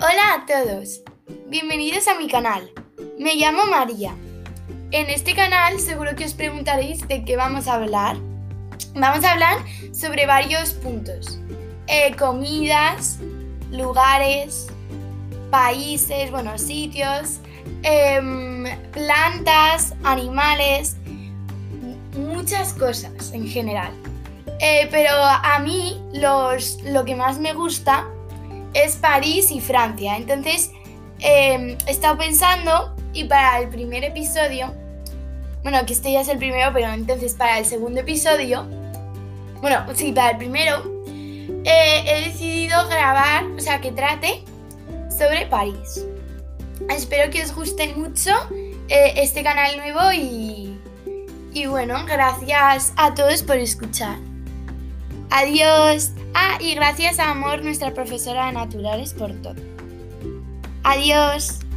Hola a todos, bienvenidos a mi canal. Me llamo María. En este canal seguro que os preguntaréis de qué vamos a hablar. Vamos a hablar sobre varios puntos. Comidas, lugares, países, sitios, plantas, animales, muchas cosas en general. Pero a mí lo que más me gusta es París y Francia. Entonces he estado pensando y para el primer episodio, que este ya es el primero, pero entonces para el segundo episodio, para el primero, he decidido grabar, que trate sobre París. Espero que os guste mucho este canal nuevo y gracias a todos por escuchar. Adiós. Y gracias a Amor, nuestra profesora de naturales, por todo. Adiós.